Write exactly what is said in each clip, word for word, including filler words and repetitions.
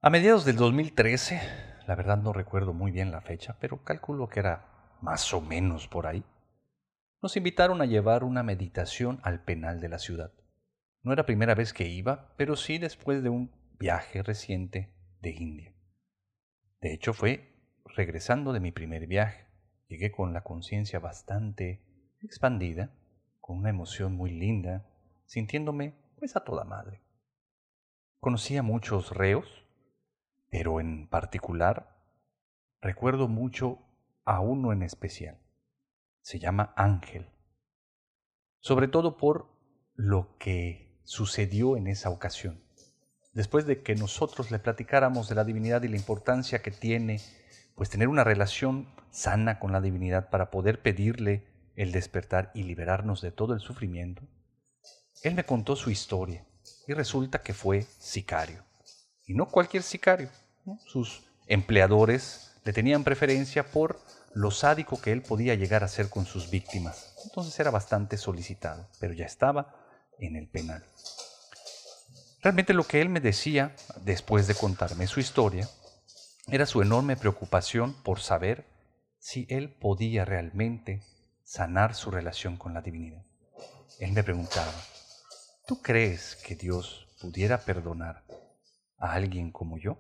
A mediados del dos mil trece, la verdad no recuerdo muy bien la fecha, pero calculo que era más o menos por ahí, nos invitaron a llevar una meditación al penal de la ciudad. No era primera vez que iba, pero sí después de un viaje reciente de India. De hecho, fue regresando de mi primer viaje. Llegué con la conciencia bastante expandida, con una emoción muy linda, sintiéndome pues a toda madre. Conocí a muchos reos, pero en particular recuerdo mucho a uno en especial. Se llama Ángel. Sobre todo por lo que sucedió en esa ocasión. Después de que nosotros le platicáramos de la divinidad y la importancia que tiene, pues tener una relación sana con la divinidad para poder pedirle el despertar y liberarnos de todo el sufrimiento, él me contó su historia y resulta que fue sicario. Y no cualquier sicario, ¿no? Sus empleadores le tenían preferencia por lo sádico que él podía llegar a ser con sus víctimas. Entonces era bastante solicitado, pero ya estaba en el penal. Realmente lo que él me decía, después de contarme su historia, era su enorme preocupación por saber si él podía realmente sanar su relación con la divinidad. Él me preguntaba, ¿tú crees que Dios pudiera perdonar a alguien como yo?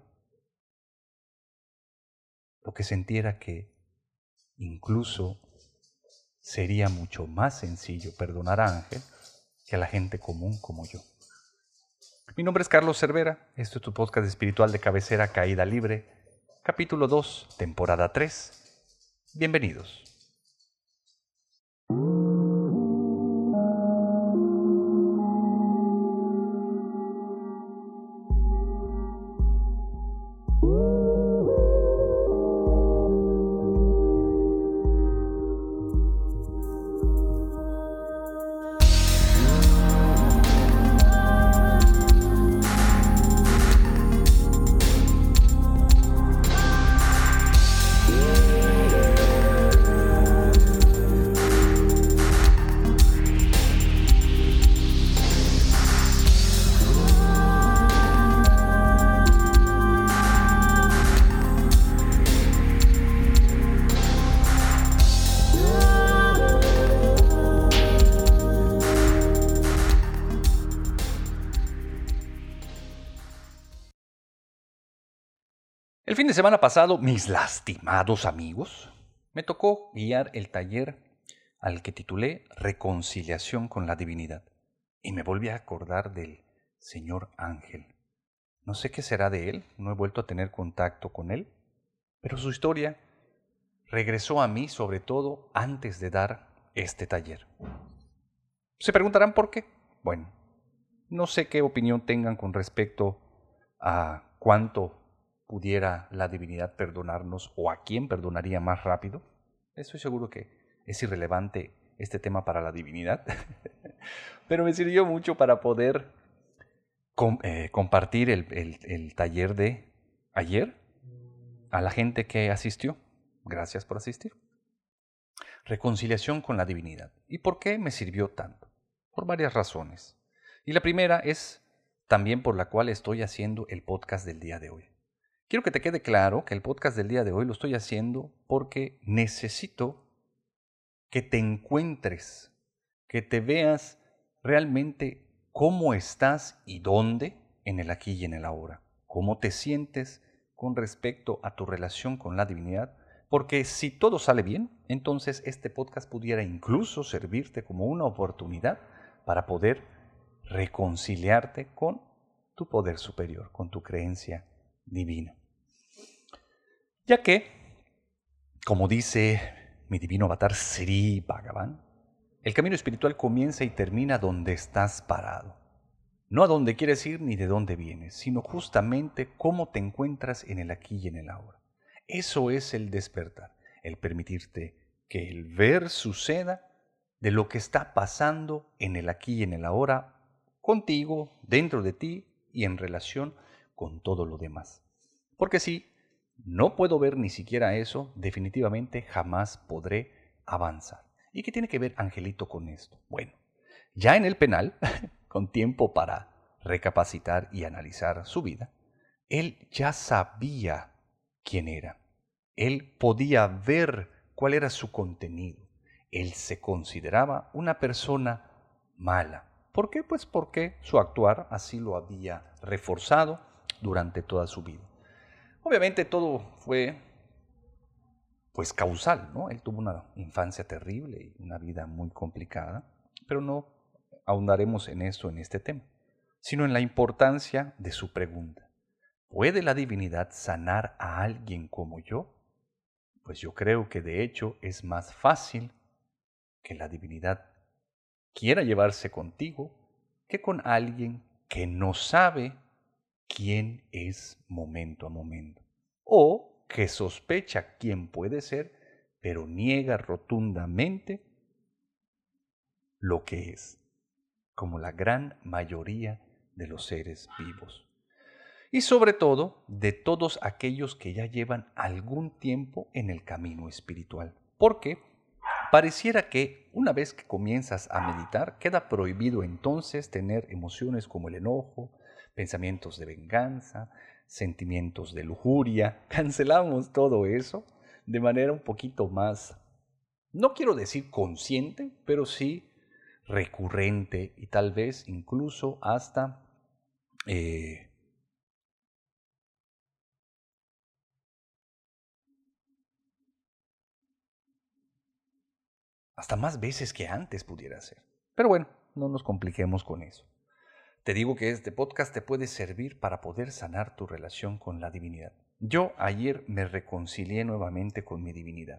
Lo que sentía era que incluso sería mucho más sencillo perdonar a Ángel que a la gente común como yo. Mi nombre es Carlos Cervera, esto es tu podcast espiritual de cabecera Caída Libre, capítulo dos, temporada tres. Bienvenidos. El fin de semana pasado, mis lastimados amigos, me tocó guiar el taller al que titulé Reconciliación con la Divinidad. Y me volví a acordar del señor Ángel. No sé qué será de él, no he vuelto a tener contacto con él, pero su historia regresó a mí sobre todo antes de dar este taller. Se preguntarán por qué. Bueno, no sé qué opinión tengan con respecto a cuánto pudiera la divinidad perdonarnos o a quién perdonaría más rápido. Estoy seguro que es irrelevante este tema para la divinidad, pero me sirvió mucho para poder com- eh, compartir el, el, el taller de ayer a la gente que asistió. Gracias por asistir. Reconciliación con la divinidad. ¿Y por qué me sirvió tanto? Por varias razones. Y la primera es también por la cual estoy haciendo el podcast del día de hoy. Quiero que te quede claro que el podcast del día de hoy lo estoy haciendo porque necesito que te encuentres, que te veas realmente cómo estás y dónde en el aquí y en el ahora. Cómo te sientes con respecto a tu relación con la divinidad. Porque si todo sale bien, entonces este podcast pudiera incluso servirte como una oportunidad para poder reconciliarte con tu poder superior, con tu creencia divina. Ya que, como dice mi divino avatar Sri Bhagavan, el camino espiritual comienza y termina donde estás parado. No a dónde quieres ir ni de dónde vienes, sino justamente cómo te encuentras en el aquí y en el ahora. Eso es el despertar, el permitirte que el ver suceda de lo que está pasando en el aquí y en el ahora, contigo, dentro de ti y en relación con todo lo demás. Porque si no puedo ver ni siquiera eso, definitivamente jamás podré avanzar. ¿Y qué tiene que ver Angelito con esto? Bueno, ya en el penal, con tiempo para recapacitar y analizar su vida, Él ya sabía quién era. Él podía ver cuál era su contenido. Él se consideraba una persona mala. ¿Por qué? Pues porque su actuar así lo había reforzado durante toda su vida. Obviamente todo fue pues causal, ¿no? Él tuvo una infancia terrible y una vida muy complicada, pero no ahondaremos en eso en este tema, sino en la importancia de su pregunta. ¿Puede la divinidad sanar a alguien como yo? Pues yo creo que de hecho es más fácil que la divinidad quiera llevarse contigo que con alguien que no sabe quién es momento a momento, o que sospecha quién puede ser, pero niega rotundamente lo que es, como la gran mayoría de los seres vivos. Y sobre todo de todos aquellos que ya llevan algún tiempo en el camino espiritual. Porque pareciera que una vez que comienzas a meditar, queda prohibido entonces tener emociones como el enojo, pensamientos de venganza, sentimientos de lujuria. Cancelamos todo eso de manera un poquito más, no quiero decir consciente, pero sí recurrente y tal vez incluso hasta eh, hasta más veces que antes pudiera ser. Pero bueno, no nos compliquemos con eso. Te digo que este podcast te puede servir para poder sanar tu relación con la divinidad. Yo ayer me reconcilié nuevamente con mi divinidad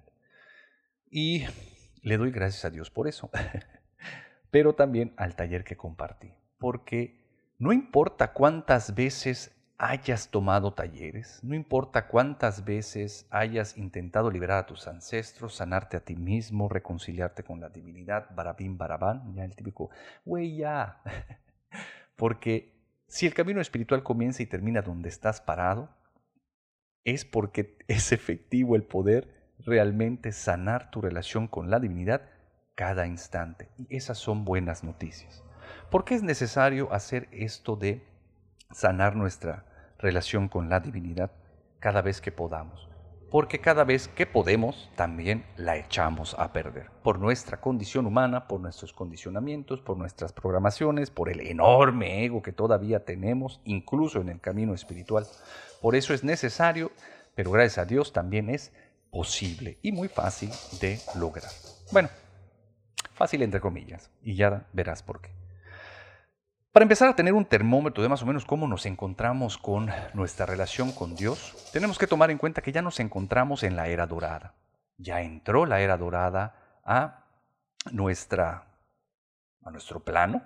y le doy gracias a Dios por eso, pero también al taller que compartí, porque no importa cuántas veces hayas tomado talleres, no importa cuántas veces hayas intentado liberar a tus ancestros, sanarte a ti mismo, reconciliarte con la divinidad, barabín, barabán, ya el típico, güey, ya. Porque si el camino espiritual comienza y termina donde estás parado, es porque es efectivo el poder realmente sanar tu relación con la divinidad cada instante. Y esas son buenas noticias. ¿Por qué es necesario hacer esto de sanar nuestra relación con la divinidad cada vez que podamos? Porque cada vez que podemos también la echamos a perder. Por nuestra condición humana, por nuestros condicionamientos, por nuestras programaciones, por el enorme ego que todavía tenemos, incluso en el camino espiritual. Por eso es necesario, pero gracias a Dios también es posible y muy fácil de lograr. Bueno, fácil entre comillas, y ya verás por qué. Para empezar a tener un termómetro de más o menos cómo nos encontramos con nuestra relación con Dios, tenemos que tomar en cuenta que ya nos encontramos en la era dorada. Ya entró la era dorada a, nuestra, a nuestro plano.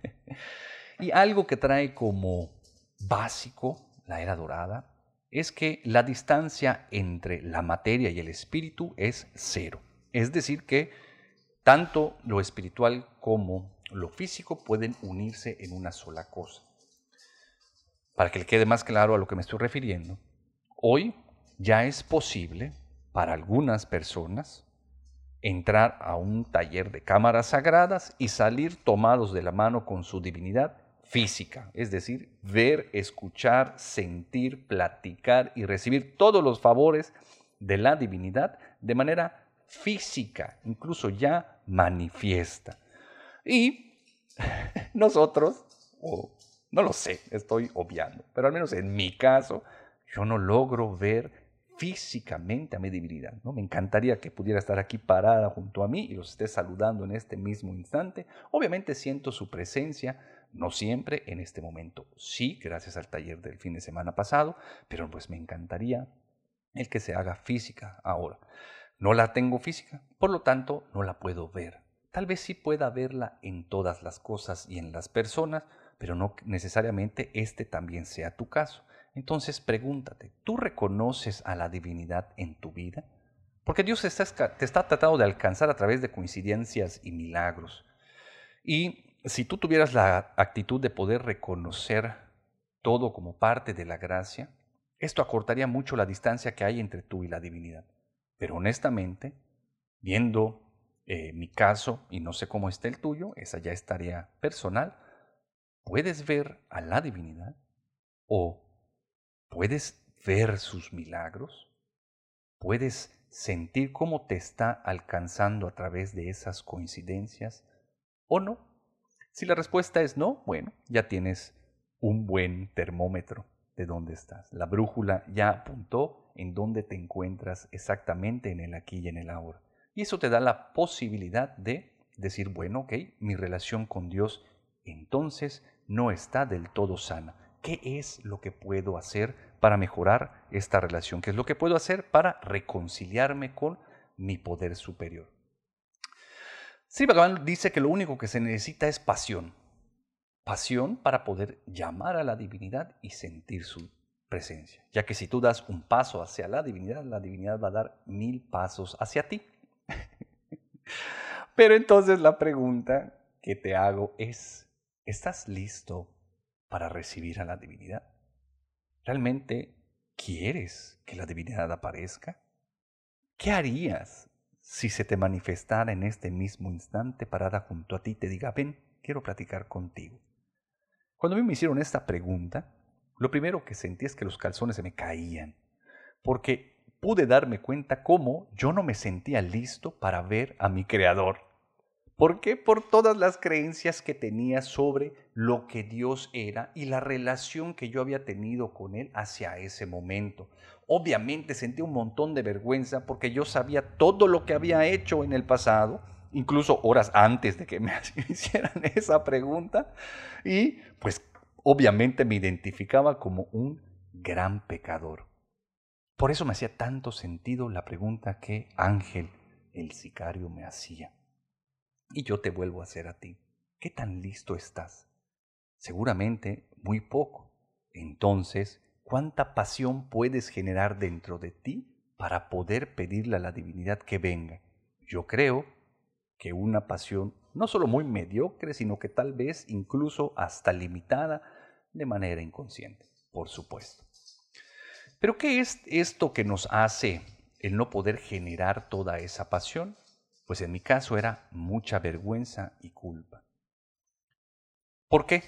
Y algo que trae como básico la era dorada es que la distancia entre la materia y el espíritu es cero. Es decir, que tanto lo espiritual como lo físico pueden unirse en una sola cosa. Para que le quede más claro a lo que me estoy refiriendo, hoy ya es posible para algunas personas entrar a un taller de cámaras sagradas y salir tomados de la mano con su divinidad física, es decir, ver, escuchar, sentir, platicar y recibir todos los favores de la divinidad de manera física, incluso ya manifiesta. Y nosotros, o no lo sé, estoy obviando, pero al menos en mi caso, yo no logro ver físicamente a mi divinidad, ¿no? Me encantaría que pudiera estar aquí parada junto a mí y los esté saludando en este mismo instante. Obviamente siento su presencia, no siempre en este momento. Sí, gracias al taller del fin de semana pasado, pero pues me encantaría el que se haga física ahora. No la tengo física, por lo tanto no la puedo ver. Tal vez sí pueda verla en todas las cosas y en las personas, pero no necesariamente este también sea tu caso. Entonces pregúntate, ¿tú reconoces a la divinidad en tu vida? Porque Dios te está, te está tratando de alcanzar a través de coincidencias y milagros. Y si tú tuvieras la actitud de poder reconocer todo como parte de la gracia, esto acortaría mucho la distancia que hay entre tú y la divinidad. Pero honestamente, viendo eh, mi caso, y no sé cómo está el tuyo, esa ya estaría personal, ¿puedes ver a la divinidad? ¿O ¿Puedes ver sus milagros? ¿Puedes sentir cómo te está alcanzando a través de esas coincidencias o no? Si la respuesta es no, bueno, ya tienes un buen termómetro de dónde estás. La brújula ya apuntó en dónde te encuentras exactamente en el aquí y en el ahora. Y eso te da la posibilidad de decir, bueno, ok, mi relación con Dios entonces no está del todo sana. ¿Qué es lo que puedo hacer para mejorar esta relación? ¿Qué es lo que puedo hacer para reconciliarme con mi poder superior? Sri Bhagavan dice que lo único que se necesita es pasión. Pasión para poder llamar a la divinidad y sentir su presencia. Ya que si tú das un paso hacia la divinidad, la divinidad va a dar mil pasos hacia ti. Pero entonces la pregunta que te hago es, ¿estás listo para recibir a la divinidad? ¿Realmente quieres que la divinidad aparezca? ¿Qué harías si se te manifestara en este mismo instante parada junto a ti y te diga, ven, quiero platicar contigo? Cuando a mí me hicieron esta pregunta, lo primero que sentí es que los calzones se me caían, porque pude darme cuenta cómo yo no me sentía listo para ver a mi Creador. ¿Por qué? Por todas las creencias que tenía sobre lo que Dios era y la relación que yo había tenido con Él hacia ese momento. Obviamente sentí un montón de vergüenza porque yo sabía todo lo que había hecho en el pasado, incluso horas antes de que me hicieran esa pregunta, y pues obviamente me identificaba como un gran pecador. Por eso me hacía tanto sentido la pregunta que Ángel, el sicario, me hacía. Y yo te vuelvo a hacer a ti. ¿Qué tan listo estás? Seguramente muy poco. Entonces, ¿cuánta pasión puedes generar dentro de ti para poder pedirle a la divinidad que venga? Yo creo que una pasión no solo muy mediocre, sino que tal vez incluso hasta limitada de manera inconsciente, por supuesto. Pero ¿qué es esto que nos hace el no poder generar toda esa pasión? Pues en mi caso era mucha vergüenza y culpa. ¿Por qué?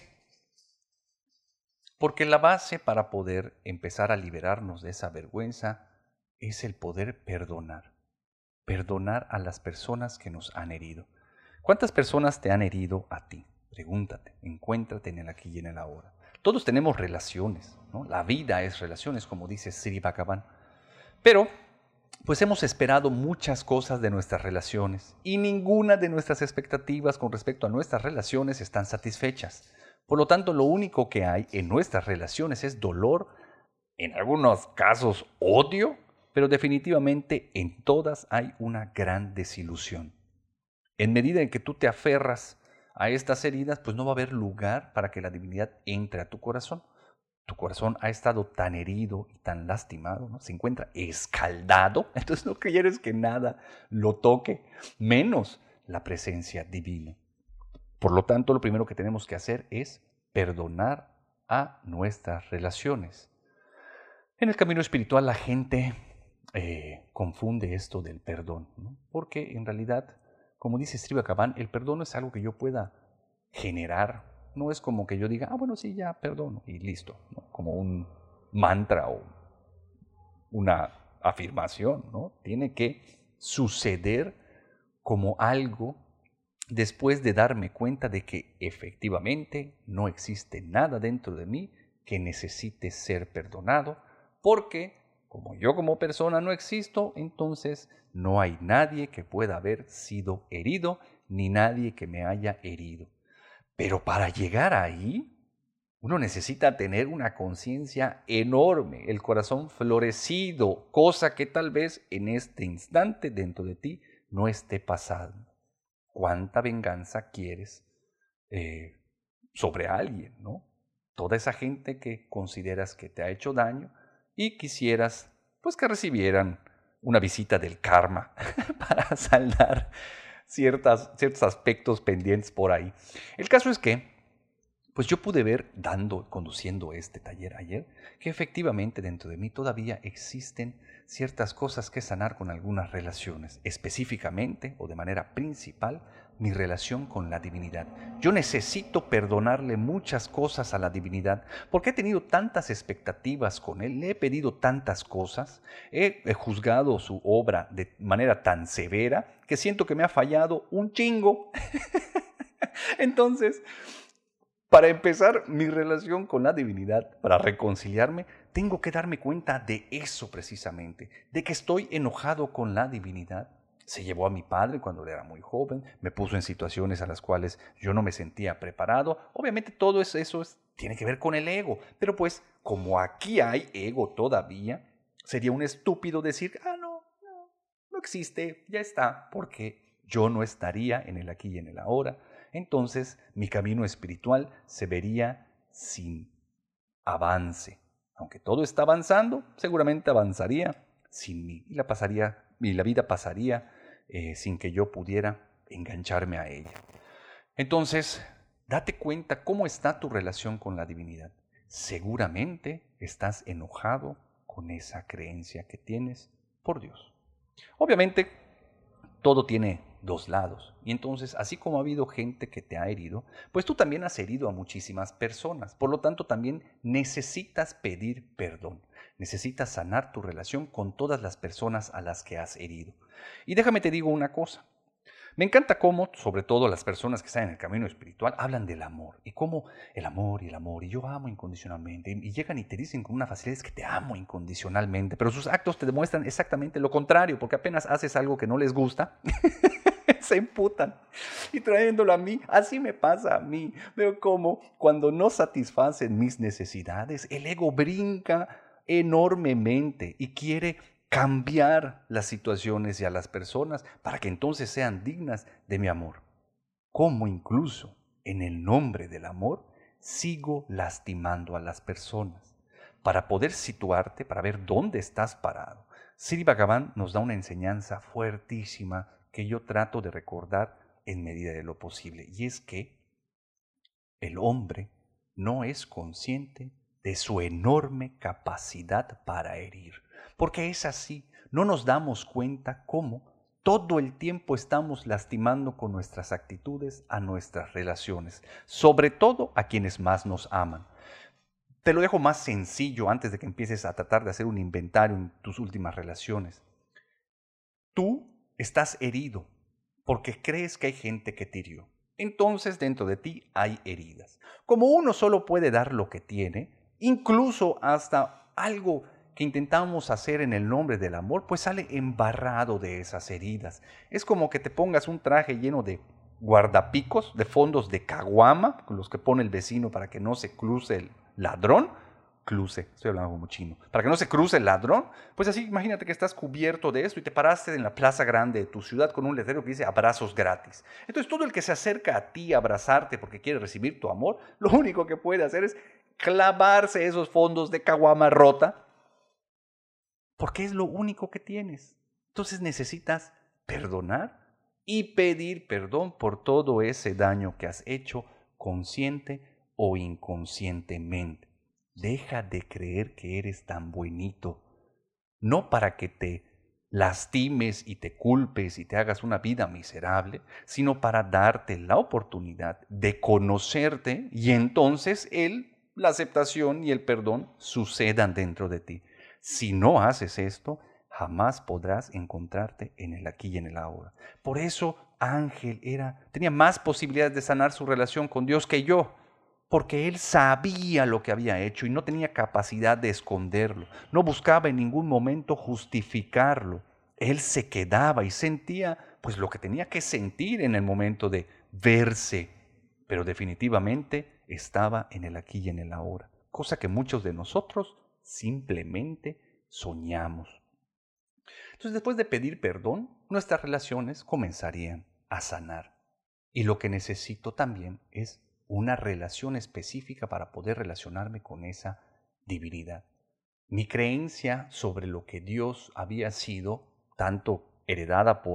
Porque la base para poder empezar a liberarnos de esa vergüenza es el poder perdonar. Perdonar a las personas que nos han herido. ¿Cuántas personas te han herido a ti? Pregúntate, encuéntrate en el aquí y en el ahora. Todos tenemos relaciones, ¿no? La vida es relaciones, como dice Sri Bhagavan. Pero pues hemos esperado muchas cosas de nuestras relaciones y ninguna de nuestras expectativas con respecto a nuestras relaciones están satisfechas. Por lo tanto, lo único que hay en nuestras relaciones es dolor, en algunos casos odio, pero definitivamente en todas hay una gran desilusión. En medida en que tú te aferras a estas heridas, pues no va a haber lugar para que la divinidad entre a tu corazón. Tu corazón ha estado tan herido y tan lastimado, ¿no? Se encuentra escaldado, entonces no quieres que nada lo toque, menos la presencia divina. Por lo tanto, lo primero que tenemos que hacer es perdonar a nuestras relaciones. En el camino espiritual la gente eh, confunde esto del perdón, ¿no? Porque en realidad, como dice Sri Bhagavan, el perdón no es algo que yo pueda generar. No es como que yo diga, ah, bueno, sí, ya perdono y listo, ¿no? Como un mantra o una afirmación, ¿no? Tiene que suceder como algo después de darme cuenta de que efectivamente no existe nada dentro de mí que necesite ser perdonado, porque como yo como persona no existo, entonces no hay nadie que pueda haber sido herido, ni nadie que me haya herido. Pero para llegar ahí, uno necesita tener una conciencia enorme, el corazón florecido, cosa que tal vez en este instante dentro de ti no esté pasando. ¿Cuánta venganza quieres eh, sobre alguien, no? Toda esa gente que consideras que te ha hecho daño y quisieras pues que recibieran una visita del karma para saldar ciertas, ciertos aspectos pendientes por ahí. El caso es que Pues yo pude ver, dando, conduciendo este taller ayer, que efectivamente dentro de mí todavía existen ciertas cosas que sanar con algunas relaciones, específicamente o de manera principal, mi relación con la divinidad. Yo necesito perdonarle muchas cosas a la divinidad porque he tenido tantas expectativas con él, le he pedido tantas cosas, he, he juzgado su obra de manera tan severa que siento que me ha fallado un chingo. Entonces, para empezar mi relación con la divinidad, para reconciliarme, tengo que darme cuenta de eso precisamente, de que estoy enojado con la divinidad. Se llevó a mi padre cuando él era muy joven, me puso en situaciones a las cuales yo no me sentía preparado. Obviamente todo eso, eso es, tiene que ver con el ego, pero pues como aquí hay ego todavía, sería un estúpido decir, ah, no, no, no existe, ya está, porque yo no estaría en el aquí y en el ahora. Entonces mi camino espiritual se vería sin avance. Aunque todo está avanzando, seguramente avanzaría sin mí y la, pasaría, y la vida pasaría eh, sin que yo pudiera engancharme a ella. Entonces, date cuenta cómo está tu relación con la divinidad. Seguramente estás enojado con esa creencia que tienes por Dios. Obviamente, todo tiene dos lados. Y entonces, así como ha habido gente que te ha herido, pues tú también has herido a muchísimas personas. Por lo tanto, también necesitas pedir perdón. Necesitas sanar tu relación con todas las personas a las que has herido. Y déjame te digo una cosa. Me encanta cómo, sobre todo las personas que están en el camino espiritual, hablan del amor. Y cómo el amor y el amor, y yo amo incondicionalmente. Y llegan y te dicen con una facilidad, es que te amo incondicionalmente. Pero sus actos te demuestran exactamente lo contrario, porque apenas haces algo que no les gusta, se emputan. Y trayéndolo a mí, así me pasa a mí. Veo cómo cuando no satisfacen mis necesidades, el ego brinca enormemente y quiere cambiar las situaciones y a las personas para que entonces sean dignas de mi amor. Como incluso en el nombre del amor sigo lastimando a las personas. Para poder situarte, para ver dónde estás parado, Sri Bhagavan nos da una enseñanza fuertísima que yo trato de recordar en medida de lo posible. Y es que el hombre no es consciente de su enorme capacidad para herir. Porque es así, no nos damos cuenta cómo todo el tiempo estamos lastimando con nuestras actitudes a nuestras relaciones, sobre todo a quienes más nos aman. Te lo dejo más sencillo antes de que empieces a tratar de hacer un inventario en tus últimas relaciones. Tú estás herido porque crees que hay gente que te hirió. Entonces dentro de ti hay heridas. Como uno solo puede dar lo que tiene, incluso hasta algo que intentamos hacer en el nombre del amor, pues sale embarrado de esas heridas. Es como que te pongas un traje lleno de guardapicos, de fondos de caguama, con los que pone el vecino para que no se cruce el ladrón, cruce, estoy hablando como chino, para que no se cruce el ladrón, pues así imagínate que estás cubierto de esto y te paraste en la plaza grande de tu ciudad con un letrero que dice abrazos gratis. Entonces todo el que se acerca a ti a abrazarte porque quiere recibir tu amor, lo único que puede hacer es clavarse esos fondos de caguama rota, porque es lo único que tienes. Entonces necesitas perdonar y pedir perdón por todo ese daño que has hecho consciente o inconscientemente. Deja de creer que eres tan buenito, no para que te lastimes y te culpes y te hagas una vida miserable, sino para darte la oportunidad de conocerte y entonces el, la aceptación y el perdón sucedan dentro de ti. Si no haces esto, jamás podrás encontrarte en el aquí y en el ahora. Por eso Ángel era, tenía más posibilidades de sanar su relación con Dios que yo, porque él sabía lo que había hecho y no tenía capacidad de esconderlo. No buscaba en ningún momento justificarlo. Él se quedaba y sentía pues lo que tenía que sentir en el momento de verse, pero definitivamente estaba en el aquí y en el ahora, cosa que muchos de nosotros simplemente soñamos. Entonces, después de pedir perdón, nuestras relaciones comenzarían a sanar. Y lo que necesito también es una relación específica para poder relacionarme con esa divinidad. Mi creencia sobre lo que Dios había sido, tanto heredada por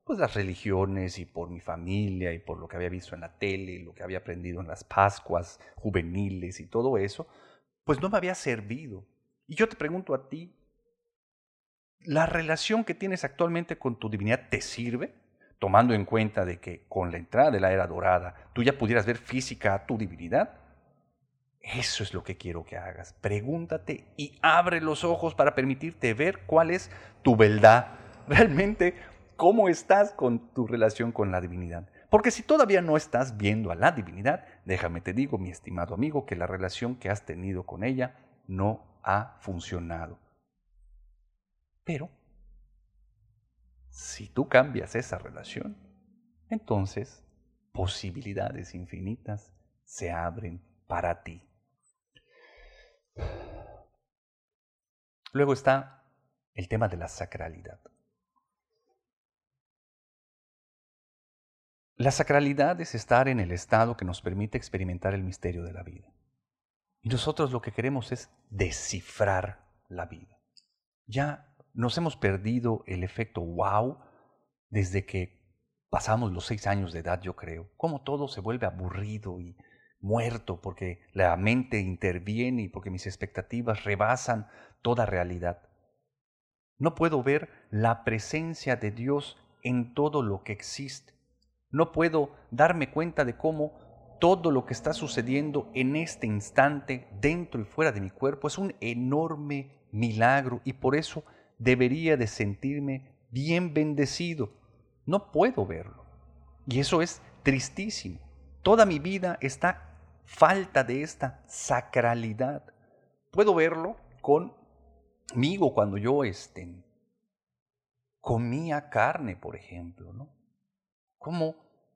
pues, las religiones y por mi familia y por lo que había visto en la tele, y lo que había aprendido en las Pascuas juveniles y todo eso, pues no me había servido. Y yo te pregunto a ti, ¿la relación que tienes actualmente con tu divinidad te sirve? Tomando en cuenta de que con la entrada de la era dorada tú ya pudieras ver física a tu divinidad. Eso es lo que quiero que hagas. Pregúntate y abre los ojos para permitirte ver cuál es tu verdad. Realmente, ¿cómo estás con tu relación con la divinidad? Porque si todavía no estás viendo a la divinidad, déjame te digo, mi estimado amigo, que la relación que has tenido con ella no ha funcionado. Pero, si tú cambias esa relación, entonces posibilidades infinitas se abren para ti. Luego está el tema de la sacralidad. La sacralidad es estar en el estado que nos permite experimentar el misterio de la vida. Y nosotros lo que queremos es descifrar la vida. Ya nos hemos perdido el efecto wow desde que pasamos los seis años de edad, yo creo. Cómo todo se vuelve aburrido y muerto porque la mente interviene y porque mis expectativas rebasan toda realidad. No puedo ver la presencia de Dios en todo lo que existe. No puedo darme cuenta de cómo todo lo que está sucediendo en este instante, dentro y fuera de mi cuerpo, es un enorme milagro y por eso debería de sentirme bien bendecido. No puedo verlo. Y eso es tristísimo. Toda mi vida está falta de esta sacralidad. Puedo verlo conmigo cuando yo este, comía carne, por ejemplo, ¿no? Cómo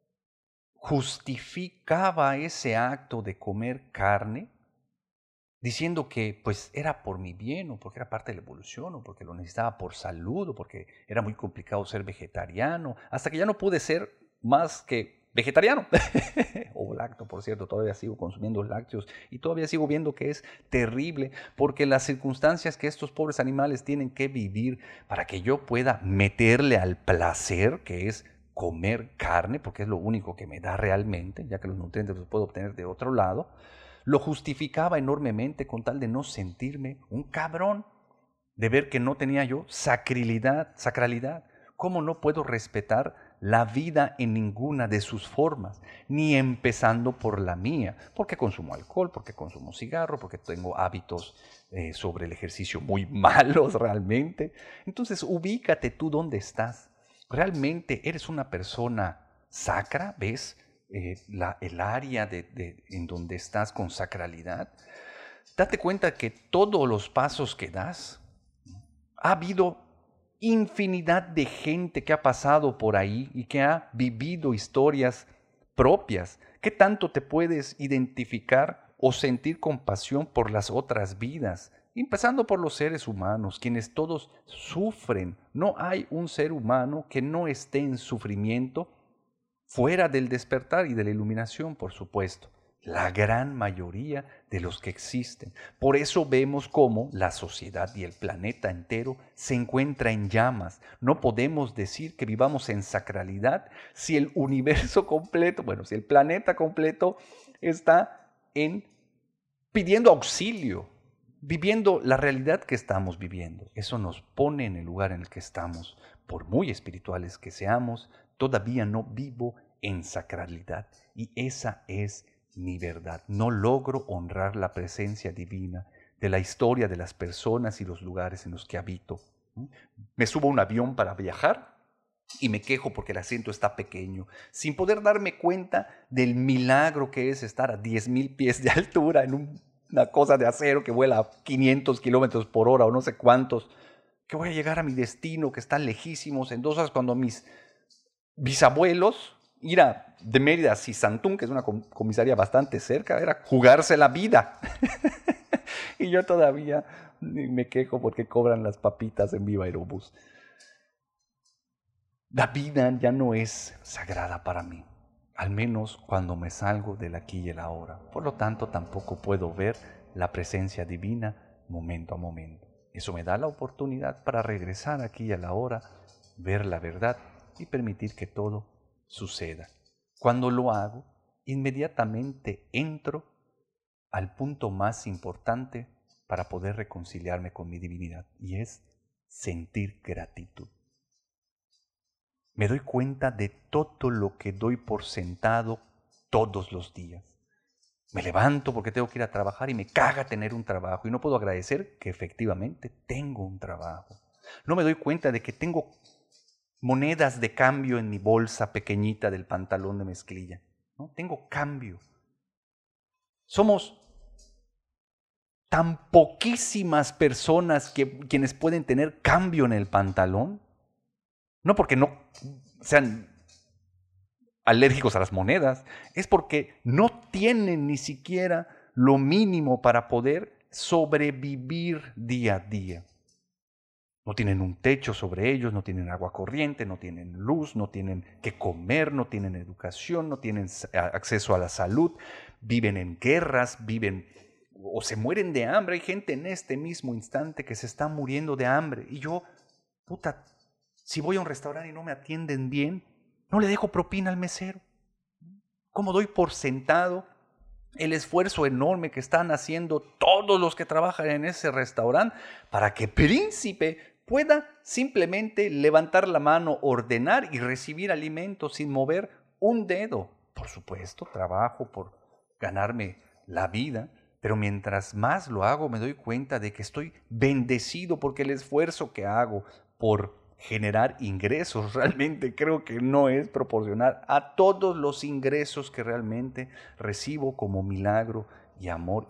justificaba ese acto de comer carne diciendo que pues era por mi bien o porque era parte de la evolución o porque lo necesitaba por salud o porque era muy complicado ser vegetariano, hasta que ya no pude ser más que vegetariano o lacto, por cierto, todavía sigo consumiendo lácteos y todavía sigo viendo que es terrible porque las circunstancias que estos pobres animales tienen que vivir para que yo pueda meterle al placer que es comer carne, porque es lo único que me da realmente, ya que los nutrientes los puedo obtener de otro lado, lo justificaba enormemente con tal de no sentirme un cabrón, de ver que no tenía yo sacralidad, sacralidad. ¿Cómo no puedo respetar la vida en ninguna de sus formas? Ni empezando por la mía, porque consumo alcohol, porque consumo cigarro, porque tengo hábitos eh, sobre el ejercicio muy malos realmente. Entonces, ubícate tú dónde estás. ¿Realmente eres una persona sacra? ¿Ves eh, la, el área de, de, en donde estás con sacralidad? Date cuenta que todos los pasos que das, ha habido infinidad de gente que ha pasado por ahí y que ha vivido historias propias. ¿Qué tanto te puedes identificar o sentir compasión por las otras vidas? Empezando por los seres humanos, quienes todos sufren. No hay un ser humano que no esté en sufrimiento fuera del despertar y de la iluminación, por supuesto. La gran mayoría de los que existen. Por eso vemos cómo la sociedad y el planeta entero se encuentra en llamas. No podemos decir que vivamos en sacralidad si el universo completo, bueno, si el planeta completo está en pidiendo auxilio, viviendo la realidad que estamos viviendo. Eso nos pone en el lugar en el que estamos. Por muy espirituales que seamos, todavía no vivo en sacralidad. Y esa es mi verdad. No logro honrar la presencia divina de la historia de las personas y los lugares en los que habito. Me subo a un avión para viajar y me quejo porque el asiento está pequeño, sin poder darme cuenta del milagro que es estar a diez mil pies de altura en un, una cosa de acero que vuela a quinientos kilómetros por hora o no sé cuántos, que voy a llegar a mi destino, que están lejísimos. Entonces, cuando mis bisabuelos, ir a de Mérida a Sisantún, que es una comisaría bastante cerca, era jugarse la vida. Y yo todavía me quejo porque cobran las papitas en Viva Aerobús. La vida ya no es sagrada para mí, al menos cuando me salgo del aquí y el ahora. Por lo tanto, tampoco puedo ver la presencia divina momento a momento. Eso me da la oportunidad para regresar aquí y a la hora, ver la verdad y permitir que todo suceda. Cuando lo hago, inmediatamente entro al punto más importante para poder reconciliarme con mi divinidad, y es sentir gratitud. Me doy cuenta de todo lo que doy por sentado todos los días. Me levanto porque tengo que ir a trabajar y me caga tener un trabajo y no puedo agradecer que efectivamente tengo un trabajo. No me doy cuenta de que tengo monedas de cambio en mi bolsa pequeñita del pantalón de mezclilla, ¿no? Tengo cambio. Somos tan poquísimas personas que, quienes pueden tener cambio en el pantalón, no porque no sean alérgicos a las monedas, es porque no tienen ni siquiera lo mínimo para poder sobrevivir día a día. No tienen un techo sobre ellos, no tienen agua corriente, no tienen luz, no tienen que comer, no tienen educación, no tienen acceso a la salud, viven en guerras, viven o se mueren de hambre. Hay gente en este mismo instante que se está muriendo de hambre. Y yo, puta, si voy a un restaurante y no me atienden bien, no le dejo propina al mesero. ¿Cómo doy por sentado el esfuerzo enorme que están haciendo todos los que trabajan en ese restaurante para que Príncipe pueda simplemente levantar la mano, ordenar y recibir alimentos sin mover un dedo? Por supuesto, trabajo por ganarme la vida, pero mientras más lo hago me doy cuenta de que estoy bendecido porque el esfuerzo que hago por generar ingresos realmente creo que no es proporcional a todos los ingresos que realmente recibo como milagro y amor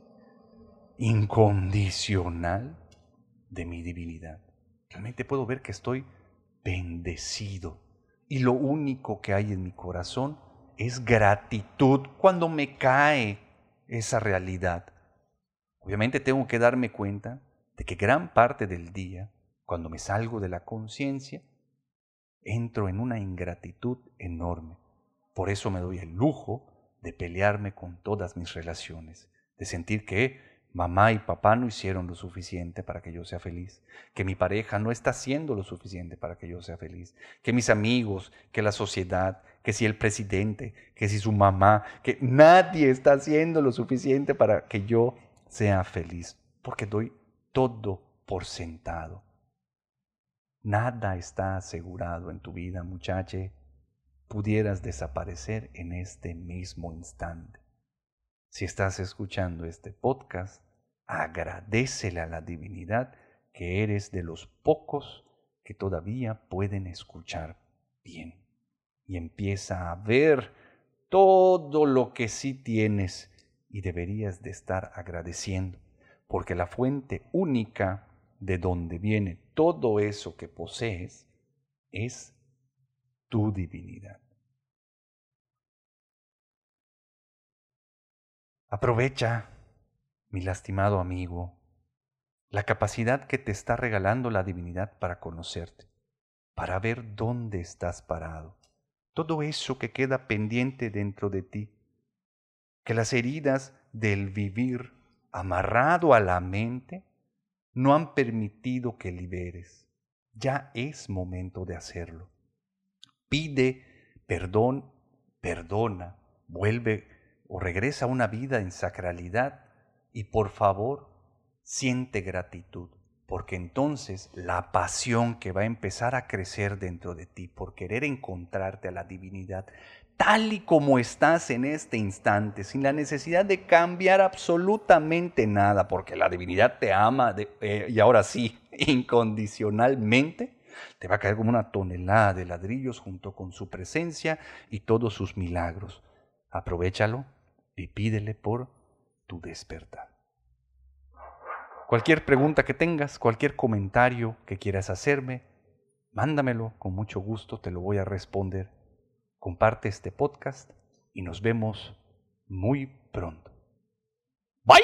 incondicional de mi divinidad. Realmente puedo ver que estoy bendecido y lo único que hay en mi corazón es gratitud cuando me cae esa realidad. Obviamente tengo que darme cuenta de que gran parte del día, cuando me salgo de la conciencia, entro en una ingratitud enorme. Por eso me doy el lujo de pelearme con todas mis relaciones, de sentir que mamá y papá no hicieron lo suficiente para que yo sea feliz, que mi pareja no está haciendo lo suficiente para que yo sea feliz, que mis amigos, que la sociedad, que si el presidente, que si su mamá, que nadie está haciendo lo suficiente para que yo sea feliz, porque doy todo por sentado. Nada está asegurado en tu vida, muchache. Pudieras desaparecer en este mismo instante. Si estás escuchando este podcast, agradécele a la divinidad que eres de los pocos que todavía pueden escuchar bien. Y empieza a ver todo lo que sí tienes y deberías de estar agradeciendo, porque la fuente única de donde viene todo eso que posees es tu divinidad. Aprovecha, mi lastimado amigo, la capacidad que te está regalando la divinidad para conocerte, para ver dónde estás parado, todo eso que queda pendiente dentro de ti, que las heridas del vivir amarrado a la mente no han permitido que liberes. Ya es momento de hacerlo. Pide perdón, perdona, vuelve o regresa a una vida en sacralidad y por favor siente gratitud, porque entonces la pasión que va a empezar a crecer dentro de ti por querer encontrarte a la divinidad tal y como estás en este instante, sin la necesidad de cambiar absolutamente nada, porque la divinidad te ama de, eh, y ahora sí, incondicionalmente, te va a caer como una tonelada de ladrillos junto con su presencia y todos sus milagros. Aprovechalo y pídele por tu despertar. Cualquier pregunta que tengas, cualquier comentario que quieras hacerme, mándamelo, con mucho gusto te lo voy a responder. Comparte este podcast y nos vemos muy pronto. Bye.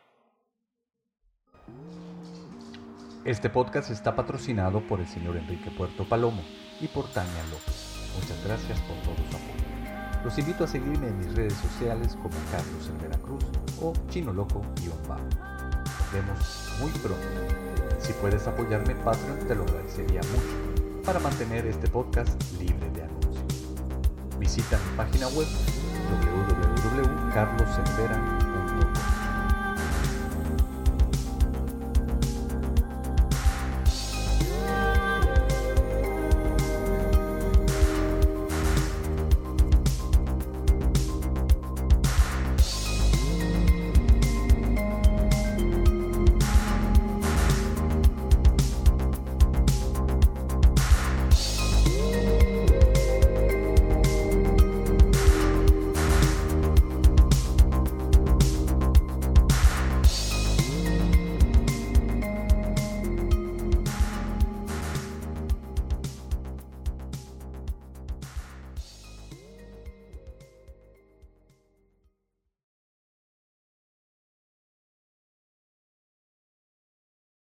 Este podcast está patrocinado por el señor Enrique Puerto Palomo y por Tania López. Muchas gracias por todo su apoyo. Los invito a seguirme en mis redes sociales como Carlos en Veracruz o Chino Loco-Bajo. Nos vemos muy pronto. Si puedes apoyarme en Patreon, te lo agradecería mucho. para mantener este podcast libre de anuncios. Visita mi página web w w w punto carlos cervera